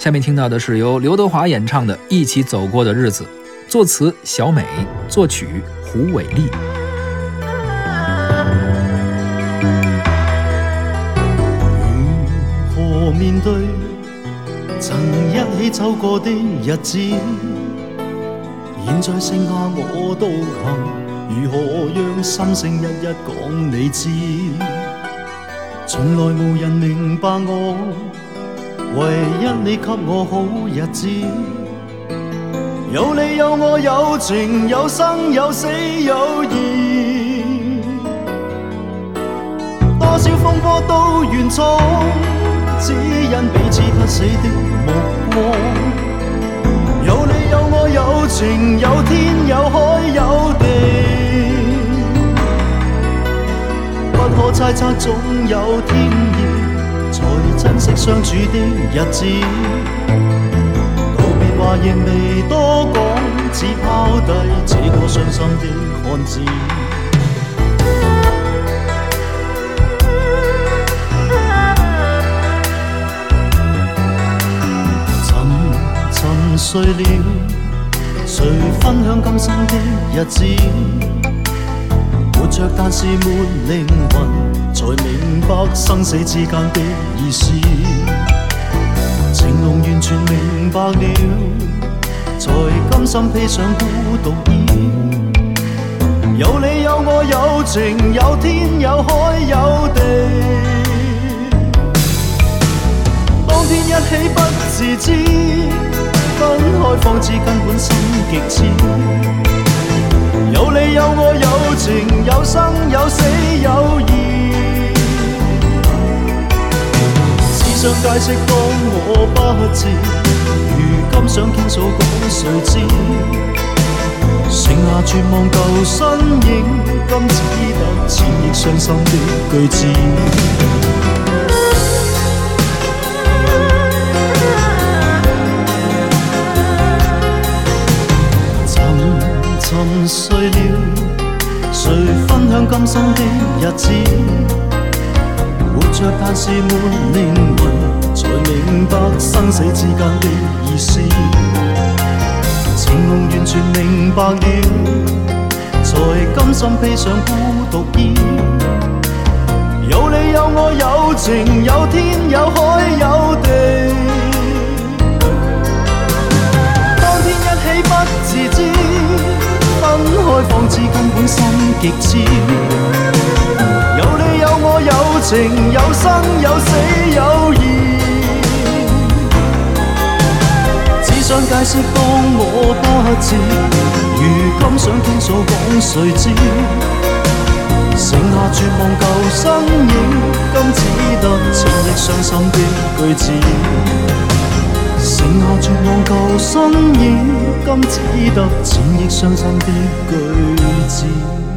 下面听到的是由刘德华演唱的《一起走过的日子》，作词小美，作曲胡伟立。 如何面對曾一起走過的日子？現在剩下我獨行，如何讓心聲一一講你知？從來無人明白我，唯一你給我好日子。有你有我有情有生有死有義，多少風波都願闖，只因彼此不死的目光。有你有我有情有天有海有地，不可猜測總有天意，才珍惜相處的日子。告別話亦未多講，只拋低這個傷心的漢子。沉睡了，誰分享今生的日子？活着但是沒靈魂，才明白生死之間的意思。情濃完全明白了，才甘心披上孤獨衣。有你有我有情有天有海有地，當天一起不自知，分開方知根本心極痴。有你有我有情有生有死有義，只想解釋當我不智，如今想傾訴講誰知？剩下絕望舊身影，今只得千億傷心的句子。沉睡了，誰分享今生的日子？活着但是沒靈魂，才明白生死之間的意思。情濃完全明白了，才甘心披上孤獨衣。有你有我有情有天有海有地，當天一起不自知，分開方知根本心極痴。有你有我有情有生有死有義，只想解釋當我不智，如今想傾訴講誰知？剩下絕望舊身影，今只得千億傷心的句子。剩下絕望舊身影，今只得千億傷心的句子。